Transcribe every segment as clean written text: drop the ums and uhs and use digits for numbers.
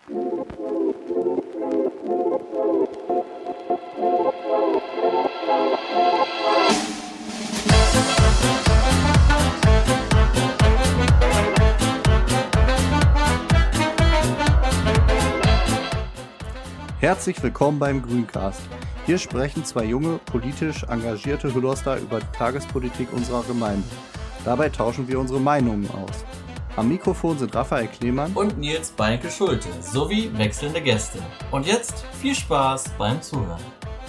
Herzlich willkommen beim Grüncast. Hier sprechen zwei junge, politisch engagierte Hüllerster über die Tagespolitik unserer Gemeinde. Dabei tauschen wir unsere Meinungen aus. Am Mikrofon sind Raphael Klemann und Nils Beinke-Schulte sowie wechselnde Gäste. Und jetzt viel Spaß beim Zuhören.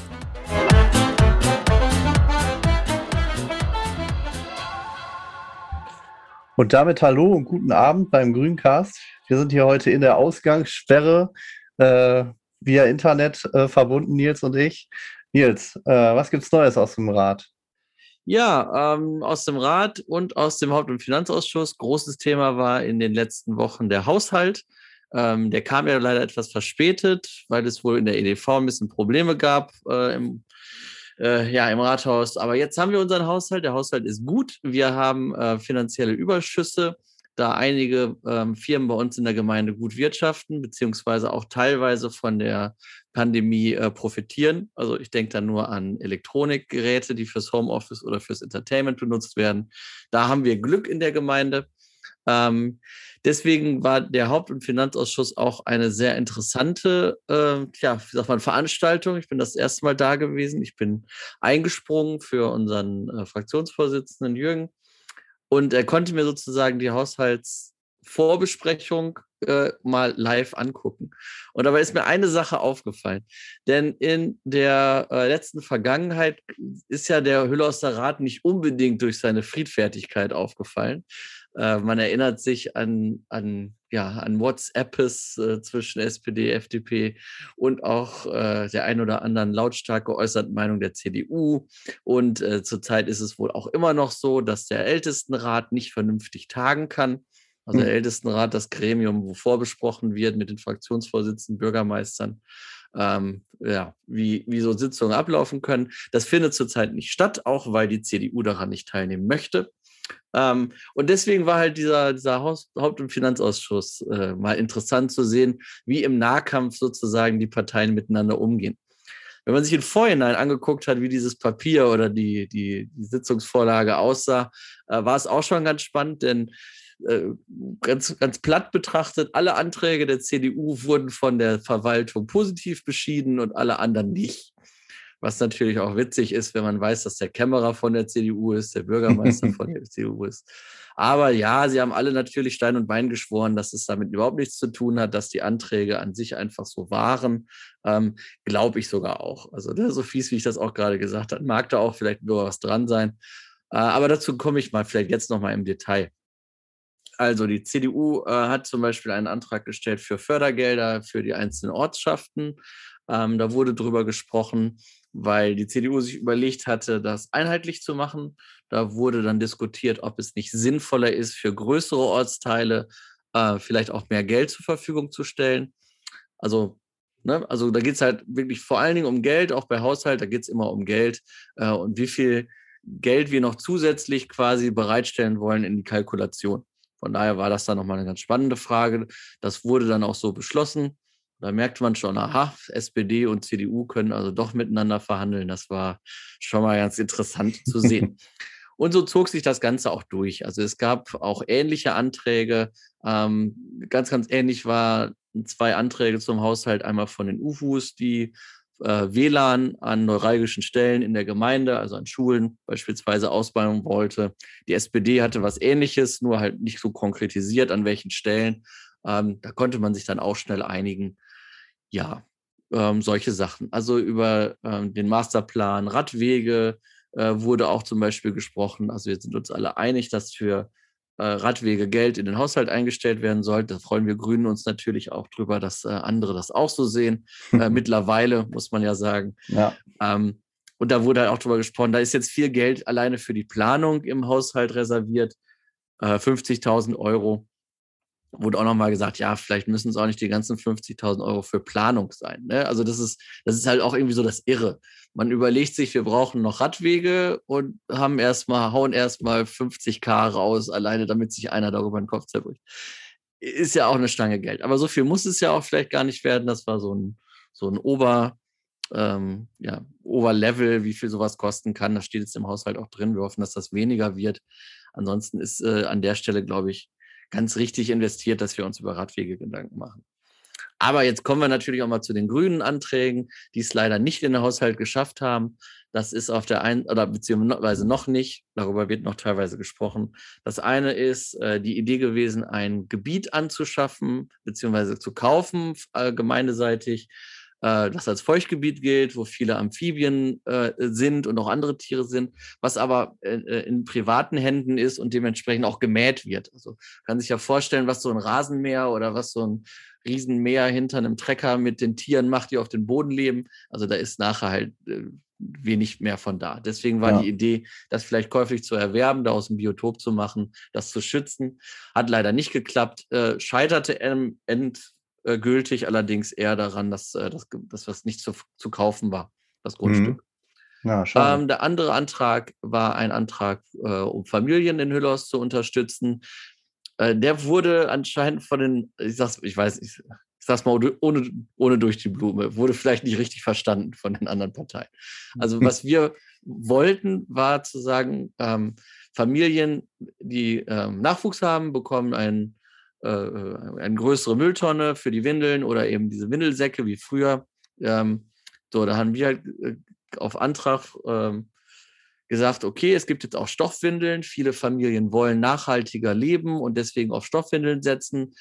Und damit hallo und guten Abend beim Grüncast. Wir sind hier heute in der Ausgangssperre via Internet verbunden, Nils und ich. Nils, was gibt's Neues aus dem Rat? Ja, aus dem Rat und aus dem Haupt- und Finanzausschuss. Großes Thema war in den letzten Wochen der Haushalt. Der kam ja leider etwas verspätet, weil es wohl in der EDV ein bisschen Probleme gab im Rathaus. Aber jetzt haben wir unseren Haushalt. Der Haushalt ist gut. Wir haben finanzielle Überschüsse, da einige Firmen bei uns in der Gemeinde gut wirtschaften, beziehungsweise auch teilweise von der Pandemie profitieren. Also ich denke da nur an Elektronikgeräte, die fürs Homeoffice oder fürs Entertainment benutzt werden. Da haben wir Glück in der Gemeinde. Deswegen war der Haupt- und Finanzausschuss auch eine sehr interessante Veranstaltung. Ich bin das erste Mal da gewesen. Ich bin eingesprungen für unseren Fraktionsvorsitzenden Jürgen. Und er konnte mir sozusagen die Haushaltsvorbesprechung mal live angucken. Und dabei ist mir eine Sache aufgefallen. Denn in der letzten Vergangenheit ist ja der Hüllerster Rat nicht unbedingt durch seine Friedfertigkeit aufgefallen. Man erinnert sich an WhatsApps zwischen SPD, FDP und auch der ein oder anderen lautstark geäußerten Meinung der CDU. Und zurzeit ist es wohl auch immer noch so, dass der Ältestenrat nicht vernünftig tagen kann. Also der Ältestenrat, das Gremium, wo vorbesprochen wird mit den Fraktionsvorsitzenden, Bürgermeistern, wie so Sitzungen ablaufen können. Das findet zurzeit nicht statt, auch weil die CDU daran nicht teilnehmen möchte. Und deswegen war halt dieser Haupt- und Finanzausschuss mal interessant zu sehen, wie im Nahkampf sozusagen die Parteien miteinander umgehen. Wenn man sich im Vorhinein angeguckt hat, wie dieses Papier oder die Sitzungsvorlage aussah, war es auch schon ganz spannend, denn ganz platt betrachtet, alle Anträge der CDU wurden von der Verwaltung positiv beschieden und alle anderen nicht. Was natürlich auch witzig ist, wenn man weiß, dass der Kämmerer von der CDU ist, der Bürgermeister von der CDU ist. Aber ja, sie haben alle natürlich Stein und Bein geschworen, dass es damit überhaupt nichts zu tun hat, dass die Anträge an sich einfach so waren. Glaube ich sogar auch. Also so fies, wie ich das auch gerade gesagt habe, mag da auch vielleicht nur was dran sein. Aber dazu komme ich mal vielleicht jetzt nochmal im Detail. Also die CDU hat zum Beispiel einen Antrag gestellt für Fördergelder für die einzelnen Ortschaften. Da wurde drüber gesprochen, weil die CDU sich überlegt hatte, das einheitlich zu machen. Da wurde dann diskutiert, ob es nicht sinnvoller ist, für größere Ortsteile vielleicht auch mehr Geld zur Verfügung zu stellen. Also da geht es halt wirklich vor allen Dingen um Geld, auch bei Haushalt, da geht es immer um Geld und wie viel Geld wir noch zusätzlich quasi bereitstellen wollen in die Kalkulation. Von daher war das dann nochmal eine ganz spannende Frage. Das wurde dann auch so beschlossen. Da merkte man schon, aha, SPD und CDU können also doch miteinander verhandeln. Das war schon mal ganz interessant zu sehen. Und so zog sich das Ganze auch durch. Also es gab auch ähnliche Anträge. Ganz ähnlich waren 2 Anträge zum Haushalt. Einmal von den UFUs, die WLAN an neuralgischen Stellen in der Gemeinde, also an Schulen beispielsweise ausbauen wollte. Die SPD hatte was Ähnliches, nur halt nicht so konkretisiert, an welchen Stellen. Da konnte man sich dann auch schnell einigen. Ja, solche Sachen. Also über den Masterplan Radwege wurde auch zum Beispiel gesprochen. Also wir sind uns alle einig, dass für Radwege Geld in den Haushalt eingestellt werden sollte. Da freuen wir Grünen uns natürlich auch drüber, dass andere das auch so sehen. Mittlerweile, muss man ja sagen. Ja. Und da wurde halt auch drüber gesprochen, da ist jetzt viel Geld alleine für die Planung im Haushalt reserviert, 50.000 Euro. Wurde auch nochmal gesagt, ja, vielleicht müssen es auch nicht die ganzen 50.000 Euro für Planung sein. Ne? Also das ist halt auch irgendwie so das Irre. Man überlegt sich, wir brauchen noch Radwege und hauen erstmal 50.000 raus, alleine damit sich einer darüber den Kopf zerbricht. ist ja auch eine Stange Geld. Aber so viel muss es ja auch vielleicht gar nicht werden. Das war so ein Oberlevel, wie viel sowas kosten kann. Das steht jetzt im Haushalt auch drin. Wir hoffen, dass das weniger wird. Ansonsten ist an der Stelle, glaube ich, ganz richtig investiert, dass wir uns über Radwege Gedanken machen. Aber jetzt kommen wir natürlich auch mal zu den grünen Anträgen, die es leider nicht in den Haushalt geschafft haben. Das ist auf der einen, oder beziehungsweise noch nicht, darüber wird noch teilweise gesprochen. Das eine ist die Idee gewesen, ein Gebiet anzuschaffen, beziehungsweise zu kaufen, gemeindeseitig, das als Feuchtgebiet gilt, wo viele Amphibien sind und auch andere Tiere sind, was aber in privaten Händen ist und dementsprechend auch gemäht wird. Also kann sich ja vorstellen, was so ein Rasenmäher oder was so ein Riesenmäher hinter einem Trecker mit den Tieren macht, die auf dem Boden leben. Also da ist nachher halt wenig mehr von da. Deswegen war die Idee, das vielleicht käuflich zu erwerben, daraus ein Biotop zu machen, das zu schützen. Hat leider nicht geklappt, scheiterte endgültig allerdings eher daran, dass das nicht zu kaufen war, das Grundstück. Ja, schade. Der andere Antrag war ein Antrag, um Familien in Hüllhorst zu unterstützen. Der wurde anscheinend von den, ich sag's mal ohne durch die Blume, wurde vielleicht nicht richtig verstanden von den anderen Parteien. Also was wir wollten, war zu sagen, Familien, die Nachwuchs haben, bekommen eine größere Mülltonne für die Windeln oder eben diese Windelsäcke wie früher. Da haben wir halt auf Antrag gesagt, okay, es gibt jetzt auch Stoffwindeln. Viele Familien wollen nachhaltiger leben und deswegen auf Stoffwindeln setzen.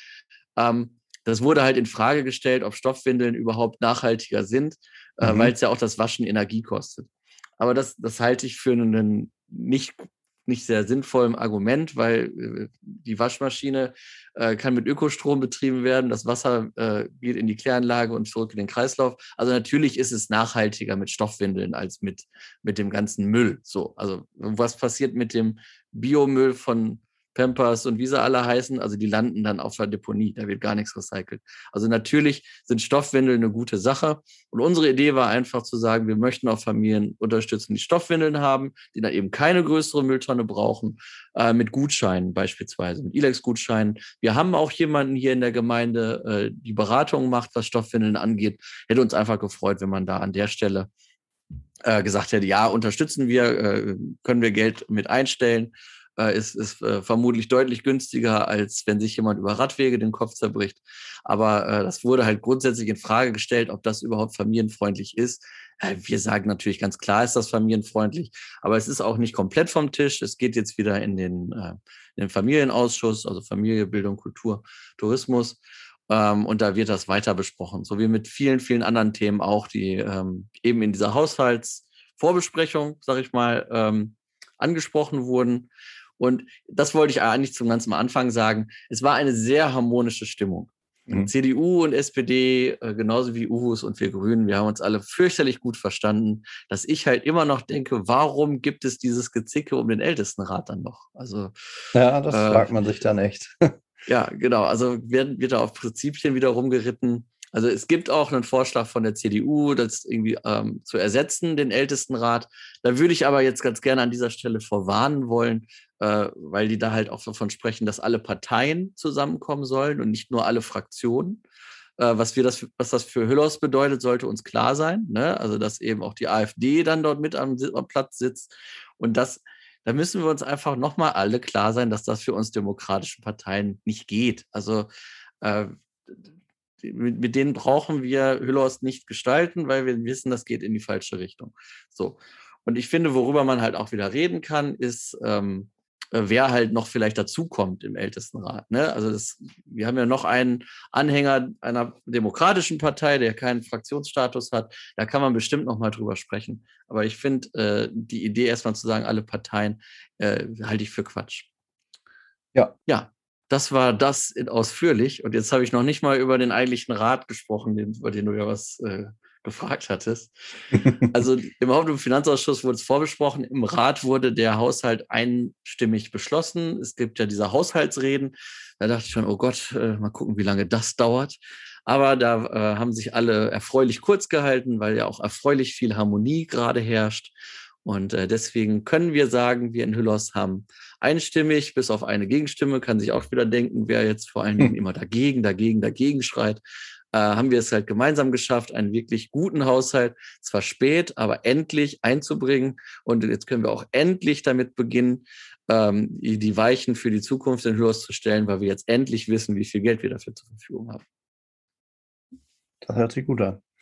Das wurde halt in Frage gestellt, ob Stoffwindeln überhaupt nachhaltiger sind, weil es ja auch das Waschen Energie kostet. Aber das halte ich für einen nicht sehr sinnvollen Argument, weil die Waschmaschine kann mit Ökostrom betrieben werden, das Wasser geht in die Kläranlage und zurück in den Kreislauf. Also natürlich ist es nachhaltiger mit Stoffwindeln als mit dem ganzen Müll. So, also was passiert mit dem Biomüll von Pampers und wie sie alle heißen, also die landen dann auf der Deponie, da wird gar nichts recycelt. Also natürlich sind Stoffwindeln eine gute Sache und unsere Idee war einfach zu sagen, wir möchten auch Familien unterstützen, die Stoffwindeln haben, die dann eben keine größere Mülltonne brauchen, mit Gutscheinen beispielsweise, mit Ilex-Gutscheinen. Wir haben auch jemanden hier in der Gemeinde, die Beratung macht, was Stoffwindeln angeht. Hätte uns einfach gefreut, wenn man da an der Stelle gesagt hätte, ja, unterstützen wir, können wir Geld mit einstellen. Ist vermutlich deutlich günstiger, als wenn sich jemand über Radwege den Kopf zerbricht. Aber das wurde halt grundsätzlich in Frage gestellt, ob das überhaupt familienfreundlich ist. Wir sagen natürlich ganz klar, ist das familienfreundlich, aber es ist auch nicht komplett vom Tisch. Es geht jetzt wieder in den Familienausschuss, also Familie, Bildung, Kultur, Tourismus. Und da wird das weiter besprochen, so wie mit vielen, vielen anderen Themen auch, die eben in dieser Haushaltsvorbesprechung, sage ich mal, angesprochen wurden. Und das wollte ich eigentlich zum ganzen Anfang sagen. Es war eine sehr harmonische Stimmung. CDU und SPD, genauso wie Uwus und wir Grünen, wir haben uns alle fürchterlich gut verstanden, dass ich halt immer noch denke, warum gibt es dieses Gezicke um den Ältestenrat dann noch? Also, ja, das fragt man sich dann echt. Ja, genau. Also wird da auf Prinzipien wieder rumgeritten. Also es gibt auch einen Vorschlag von der CDU, das irgendwie zu ersetzen, den Ältestenrat. Da würde ich aber jetzt ganz gerne an dieser Stelle vorwarnen wollen, weil die da halt auch davon sprechen, dass alle Parteien zusammenkommen sollen und nicht nur alle Fraktionen. Was das für Hüllhorst bedeutet, sollte uns klar sein. Ne? Also dass eben auch die AfD dann dort mit am Platz sitzt. Und da müssen wir uns einfach nochmal alle klar sein, dass das für uns demokratische Parteien nicht geht. Also mit denen brauchen wir Hüllhorst nicht gestalten, weil wir wissen, das geht in die falsche Richtung. So. Und ich finde, worüber man halt auch wieder reden kann, ist, wer halt noch vielleicht dazukommt im Ältestenrat. Ne? Also wir haben ja noch einen Anhänger einer demokratischen Partei, der keinen Fraktionsstatus hat. Da kann man bestimmt noch mal drüber sprechen. Aber ich finde, die Idee erstmal zu sagen, alle Parteien, halte ich für Quatsch. Ja. Ja. Das war das ausführlich. Und jetzt habe ich noch nicht mal über den eigentlichen Rat gesprochen, über den du ja was gefragt hattest. Also im Haupt- und Finanzausschuss wurde es vorbesprochen. Im Rat wurde der Haushalt einstimmig beschlossen. Es gibt ja diese Haushaltsreden. Da dachte ich schon, oh Gott, mal gucken, wie lange das dauert. Aber da haben sich alle erfreulich kurz gehalten, weil ja auch erfreulich viel Harmonie gerade herrscht. Und deswegen können wir sagen, wir in Hülos haben einstimmig, bis auf eine Gegenstimme, kann sich auch wieder denken, wer jetzt vor allen Dingen immer dagegen schreit, haben wir es halt gemeinsam geschafft, einen wirklich guten Haushalt, zwar spät, aber endlich einzubringen. Und jetzt können wir auch endlich damit beginnen, die Weichen für die Zukunft in Hülos zu stellen, weil wir jetzt endlich wissen, wie viel Geld wir dafür zur Verfügung haben. Das hört sich gut an.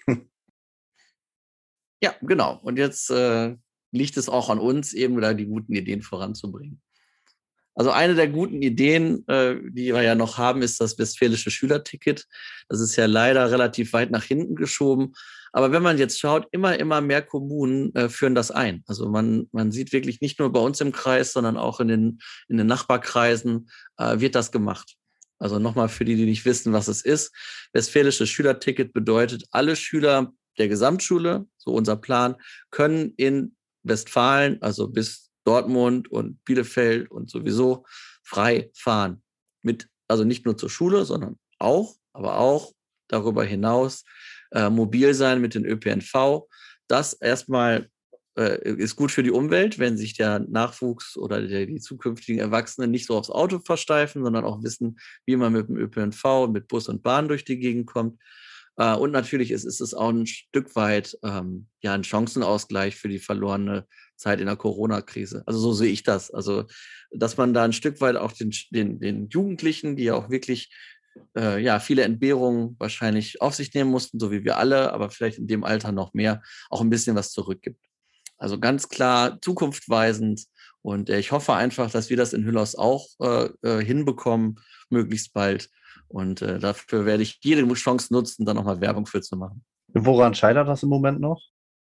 Ja, genau. Und jetzt liegt es auch an uns, eben da die guten Ideen voranzubringen. Also eine der guten Ideen, die wir ja noch haben, ist das westfälische Schülerticket. Das ist ja leider relativ weit nach hinten geschoben. Aber wenn man jetzt schaut, immer mehr Kommunen führen das ein. Also man sieht wirklich nicht nur bei uns im Kreis, sondern auch in den Nachbarkreisen wird das gemacht. Also nochmal für die nicht wissen, was es ist. Westfälisches Schülerticket bedeutet, alle Schüler der Gesamtschule, so unser Plan, können in Westfalen, also bis Dortmund und Bielefeld und sowieso frei fahren. Also nicht nur zur Schule, sondern aber auch darüber hinaus mobil sein mit dem ÖPNV. Das erstmal ist gut für die Umwelt, wenn sich der Nachwuchs oder die zukünftigen Erwachsenen nicht so aufs Auto versteifen, sondern auch wissen, wie man mit dem ÖPNV, mit Bus und Bahn durch die Gegend kommt. Und natürlich ist es auch ein Stück weit ein Chancenausgleich für die verlorene Zeit in der Corona-Krise. Also so sehe ich das. Also, dass man da ein Stück weit auch den Jugendlichen, die ja auch wirklich viele Entbehrungen wahrscheinlich auf sich nehmen mussten, so wie wir alle, aber vielleicht in dem Alter noch mehr, auch ein bisschen was zurückgibt. Also ganz klar zukunftsweisend. Und ich hoffe einfach, dass wir das in Hülos auch hinbekommen, möglichst bald. Und dafür werde ich jede Chance nutzen, da nochmal Werbung für zu machen. Woran scheitert das im Moment noch?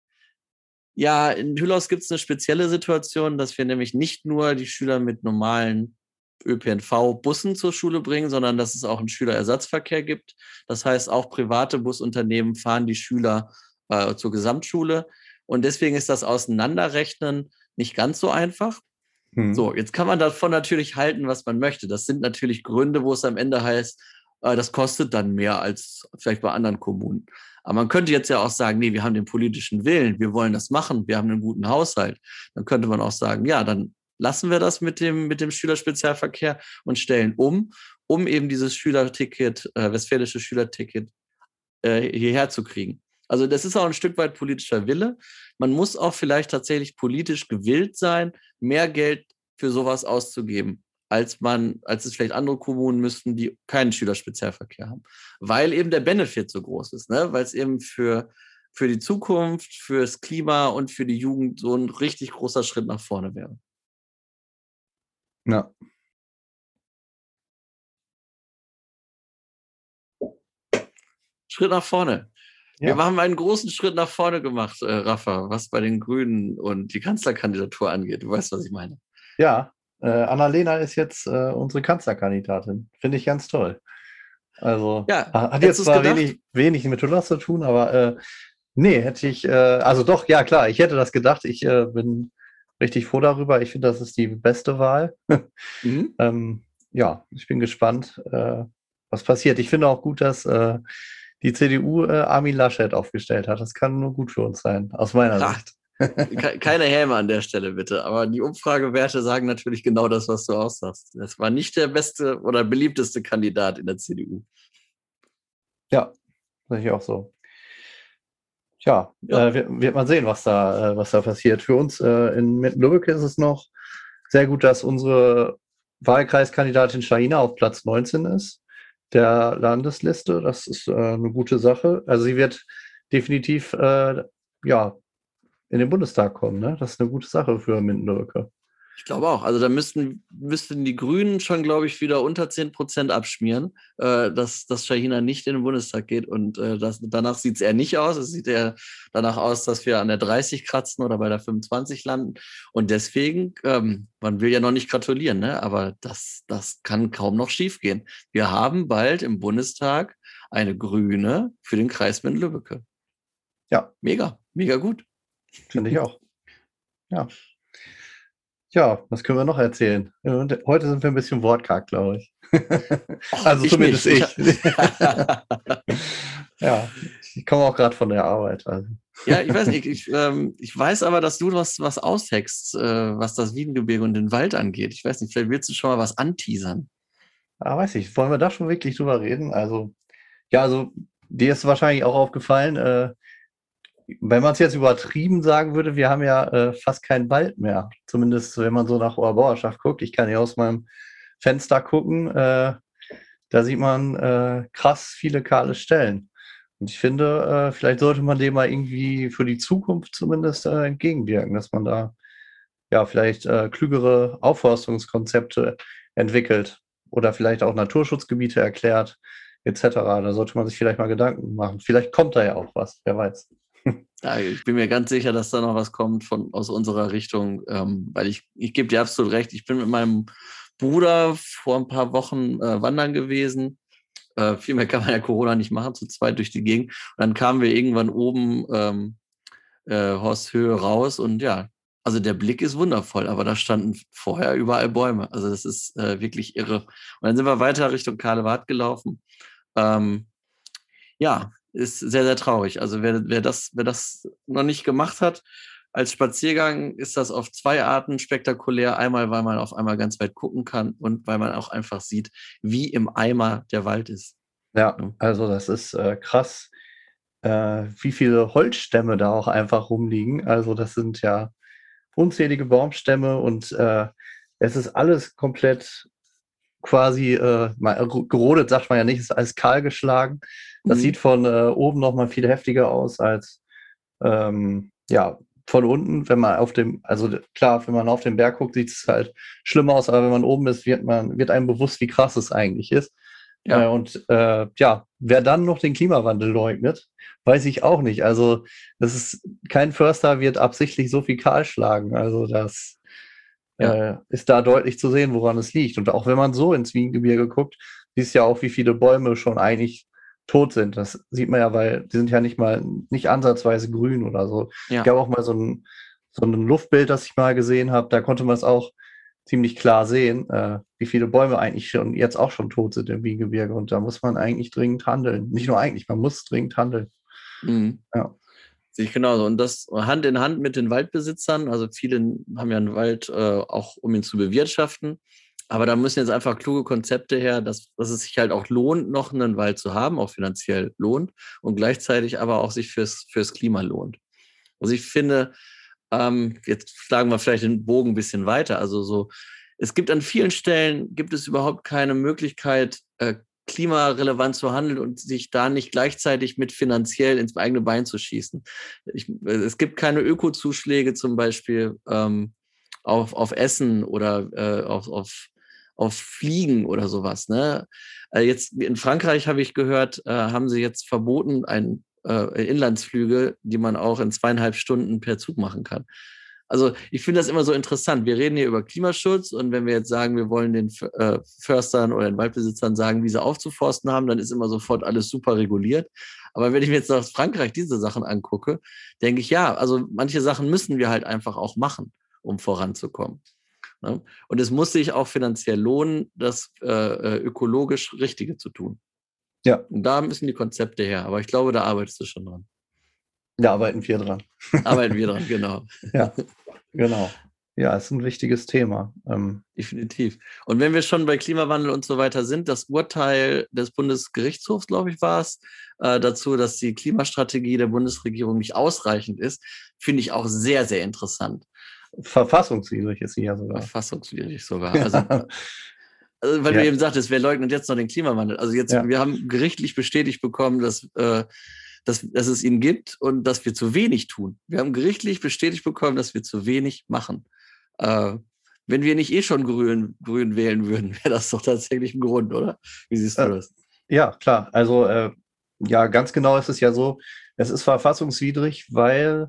Ja, in Hülos gibt es eine spezielle Situation, dass wir nämlich nicht nur die Schüler mit normalen ÖPNV-Bussen zur Schule bringen, sondern dass es auch einen Schülerersatzverkehr gibt. Das heißt, auch private Busunternehmen fahren die Schüler zur Gesamtschule. Und deswegen ist das Auseinanderrechnen nicht ganz so einfach. So, jetzt kann man davon natürlich halten, was man möchte. Das sind natürlich Gründe, wo es am Ende heißt, das kostet dann mehr als vielleicht bei anderen Kommunen. Aber man könnte jetzt ja auch sagen, nee, wir haben den politischen Willen, wir wollen das machen, wir haben einen guten Haushalt. Dann könnte man auch sagen, ja, dann lassen wir das mit dem Schülerspezialverkehr und stellen um eben dieses Schülerticket, westfälische Schülerticket hierher zu kriegen. Also das ist auch ein Stück weit politischer Wille. Man muss auch vielleicht tatsächlich politisch gewillt sein, mehr Geld für sowas auszugeben, als es vielleicht andere Kommunen müssten, die keinen Schülerspezialverkehr haben. Weil eben der Benefit so groß ist, ne? Weil es eben für die Zukunft, fürs Klima und für die Jugend so ein richtig großer Schritt nach vorne wäre. Ja. Schritt nach vorne. Ja. Wir haben einen großen Schritt nach vorne gemacht, Rafa, was bei den Grünen und die Kanzlerkandidatur angeht. Du weißt, was ich meine. Ja, Annalena ist jetzt unsere Kanzlerkandidatin. Finde ich ganz toll. Also Ja, hat jetzt zwar wenig mit Hülos zu tun, aber nee, hätte ich, also doch, ja klar, ich hätte das gedacht. Ich bin richtig froh darüber. Ich finde, das ist die beste Wahl. Ja, ich bin gespannt, was passiert. Ich finde auch gut, dass die CDU Armin Laschet aufgestellt hat. Das kann nur gut für uns sein, aus meiner Sicht. Keine Häme an der Stelle, bitte. Aber die Umfragewerte sagen natürlich genau das, was du aussagst. Das war nicht der beste oder beliebteste Kandidat in der CDU. Ja, sehe ich auch so. Tja, wird man sehen, was da passiert. Für uns in Lübeck ist es noch sehr gut, dass unsere Wahlkreiskandidatin Shahina auf Platz 19 ist, der Landesliste. Das ist eine gute Sache. Also sie wird definitiv in den Bundestag kommen. Ne? Das ist eine gute Sache für Minden-Lübbecke. Ich glaube auch. Also da müssten die Grünen schon, glaube ich, wieder unter 10% abschmieren, dass Shahina nicht in den Bundestag geht. Und danach sieht es eher nicht aus. Es sieht eher danach aus, dass wir an der 30 kratzen oder bei der 25 landen. Und deswegen, man will ja noch nicht gratulieren, ne? Aber das kann kaum noch schief gehen. Wir haben bald im Bundestag eine Grüne für den Kreis Minden-Lübbecke. Ja. Mega, mega gut. Finde ich auch. Ja. Ja, was können wir noch erzählen? Heute sind wir ein bisschen wortkarg, glaube ich. Also zumindest ich. Ja, Ich komme auch gerade von der Arbeit. Also. Ja, ich weiß nicht. Ich weiß aber, dass du was aushackst, was das Wiehengebirge und den Wald angeht. Ich weiß nicht, vielleicht willst du schon mal was anteasern. Weiß ich, wollen wir da schon wirklich drüber reden? Also, ja, also dir ist wahrscheinlich auch aufgefallen, wenn man es jetzt übertrieben sagen würde, wir haben ja fast keinen Wald mehr. Zumindest, wenn man so nach Oberbauerschaft guckt. Ich kann hier aus meinem Fenster gucken, da sieht man krass viele kahle Stellen. Und ich finde, vielleicht sollte man dem mal irgendwie für die Zukunft zumindest entgegenwirken, dass man da ja vielleicht klügere Aufforstungskonzepte entwickelt oder vielleicht auch Naturschutzgebiete erklärt, etc. Da sollte man sich vielleicht mal Gedanken machen. Vielleicht kommt da ja auch was, wer weiß. Ja, ich bin mir ganz sicher, dass da noch was kommt aus unserer Richtung, weil ich gebe dir absolut recht. Ich bin mit meinem Bruder vor ein paar Wochen wandern gewesen. Viel mehr kann man ja Corona nicht machen, zu zweit durch die Gegend. Und dann kamen wir irgendwann oben Horsthöhe raus und ja, also der Blick ist wundervoll, aber da standen vorher überall Bäume. Also das ist wirklich irre. Und dann sind wir weiter Richtung Karlewart gelaufen. Ja, ist sehr, sehr traurig. Also wer das noch nicht gemacht hat, als Spaziergang ist das auf 2 Arten spektakulär. Einmal, weil man auf einmal ganz weit gucken kann und weil man auch einfach sieht, wie im Eimer der Wald ist. Ja, also das ist krass, wie viele Holzstämme da auch einfach rumliegen. Also das sind ja unzählige Baumstämme und es ist alles komplett quasi gerodet, sagt man ja nicht, ist alles kahl geschlagen. Das sieht von oben nochmal viel heftiger aus als ja, von unten, wenn man also klar, wenn man auf den Berg guckt, sieht es halt schlimmer aus, aber wenn man oben ist, wird einem bewusst, wie krass es eigentlich ist. Ja. Ja, wer dann noch den Klimawandel leugnet, weiß ich auch nicht. Also kein Förster wird absichtlich so viel kahl schlagen. Also das ist da deutlich zu sehen, woran es liegt. Und auch wenn man so ins Wiehengebirge guckt, siehst du ja auch, wie viele Bäume schon eigentlich tot sind. Das sieht man ja, weil die sind ja nicht ansatzweise grün oder so. Ja. Es gab auch mal so ein Luftbild, das ich mal gesehen habe, da konnte man es auch ziemlich klar sehen, wie viele Bäume eigentlich schon jetzt auch schon tot sind im Wiehengebirge. Und da muss man eigentlich dringend handeln. Nicht nur eigentlich, man muss dringend handeln. Mhm. Ja. Sehe ich genauso. Und das Hand in Hand mit den Waldbesitzern. Also viele haben ja einen Wald auch, um ihn zu bewirtschaften. Aber da müssen jetzt einfach kluge Konzepte her, dass es sich halt auch lohnt, noch einen Wald zu haben, auch finanziell lohnt und gleichzeitig aber auch sich fürs Klima lohnt. Also ich finde, jetzt schlagen wir vielleicht den Bogen ein bisschen weiter. Also so, es gibt an vielen Stellen, gibt es überhaupt keine Möglichkeit, klimarelevant zu handeln und sich da nicht gleichzeitig mit finanziell ins eigene Bein zu schießen. Es gibt keine Ökozuschläge zum Beispiel auf Essen oder auf Fliegen oder sowas. Ne? Jetzt in Frankreich habe ich gehört, haben sie jetzt verboten, Inlandsflüge, die man auch in 2,5 Stunden per Zug machen kann. Also ich finde das immer so interessant. Wir reden hier über Klimaschutz und wenn wir jetzt sagen, wir wollen den Förstern oder den Waldbesitzern sagen, wie sie aufzuforsten haben, dann ist immer sofort alles super reguliert. Aber wenn ich mir jetzt aus Frankreich diese Sachen angucke, denke ich, ja, also manche Sachen müssen wir halt einfach auch machen, um voranzukommen. Ne? Und es muss sich auch finanziell lohnen, das ökologisch Richtige zu tun. Ja. Und da müssen die Konzepte her. Aber ich glaube, da arbeitest du schon dran. Da arbeiten wir dran. Arbeiten wir dran, genau. Ja, genau. Ja, ist ein wichtiges Thema. Definitiv. Und wenn wir schon bei Klimawandel und so weiter sind, das Urteil des Bundesgerichtshofs, glaube ich, war es, dazu, dass die Klimastrategie der Bundesregierung nicht ausreichend ist, finde ich auch sehr, sehr interessant. Verfassungswidrig ist sie ja sogar. Verfassungswidrig sogar. Also weil du eben sagtest, wer leugnet jetzt noch den Klimawandel? Also jetzt, wir haben gerichtlich bestätigt bekommen, dass es ihn gibt und dass wir zu wenig tun. Wir haben gerichtlich bestätigt bekommen, dass wir zu wenig machen. Wenn wir nicht schon grün wählen würden, wäre das doch tatsächlich ein Grund, oder? Wie siehst du das? Ja, klar. Also ja, ganz genau ist es ja so, es ist verfassungswidrig, weil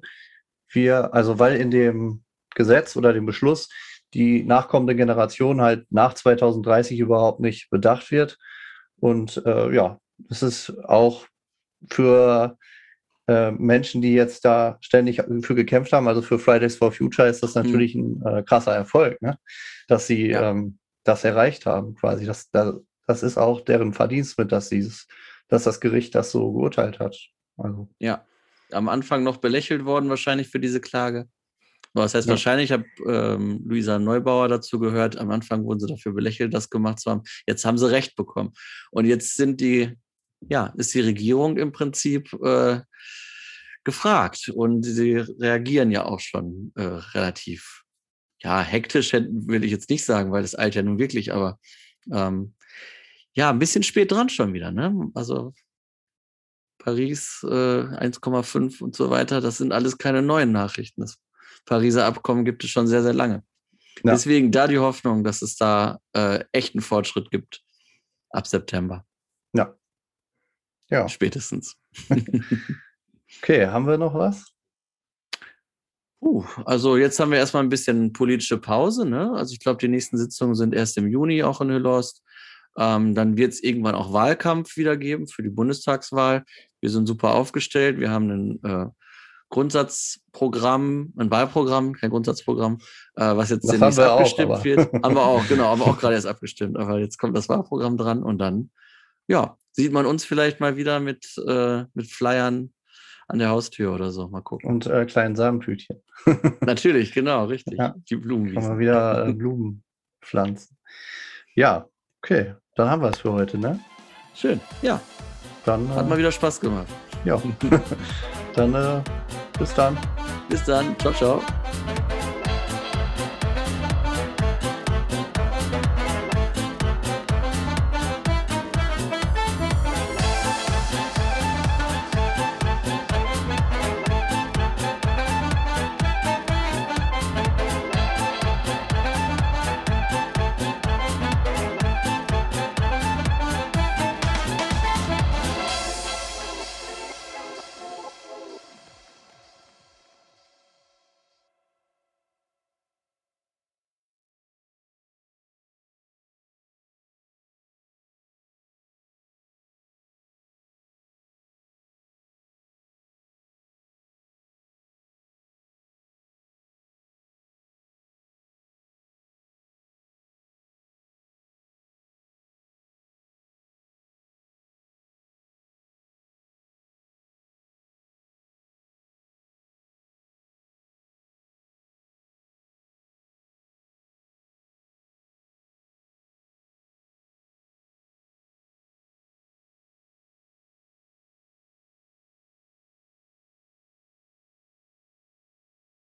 in dem Gesetz oder dem Beschluss die nachkommende Generation halt nach 2030 überhaupt nicht bedacht wird. Und es ist auch für Menschen, die jetzt da ständig für gekämpft haben, also für Fridays for Future, ist das natürlich ein krasser Erfolg, ne? Dass sie das erreicht haben, quasi. Das ist auch deren Verdienst mit, dass das Gericht das so geurteilt hat. Also, Ja, am Anfang noch belächelt worden wahrscheinlich für diese Klage. Das heißt, wahrscheinlich, ich habe Luisa Neubauer dazu gehört, am Anfang wurden sie dafür belächelt, das gemacht zu haben. Jetzt haben sie Recht bekommen. Und jetzt ist die Regierung im Prinzip gefragt. Und sie reagieren ja auch schon relativ, hektisch will ich jetzt nicht sagen, weil das eilt ja nun wirklich, aber ein bisschen spät dran schon wieder, ne? Also Paris 1,5 und so weiter, das sind alles keine neuen Nachrichten. Das Pariser Abkommen gibt es schon sehr, sehr lange. Ja. Deswegen da die Hoffnung, dass es da echten Fortschritt gibt ab September. Ja. Spätestens. Okay, haben wir noch was? Also jetzt haben wir erstmal ein bisschen politische Pause, ne? Also ich glaube, die nächsten Sitzungen sind erst im Juni auch in Hüllhorst. Dann wird es irgendwann auch Wahlkampf wieder geben für die Bundestagswahl. Wir sind super aufgestellt. Wir haben ein Grundsatzprogramm, ein Wahlprogramm, kein Grundsatzprogramm, was jetzt demnächst abgestimmt wird. Haben wir auch, genau, haben wir auch gerade erst abgestimmt. Aber jetzt kommt das Wahlprogramm dran und dann, sieht man uns vielleicht mal wieder mit Flyern an der Haustür oder so. Mal gucken. Und kleinen Samentütchen. Natürlich, genau, richtig. Ja. Die Blumen. Kann man wieder Blumen pflanzen. Ja, okay. Dann haben wir es für heute, ne? Schön, ja. Dann hat mal wieder Spaß gemacht. Ja. Dann bis dann. Bis dann. Ciao, ciao.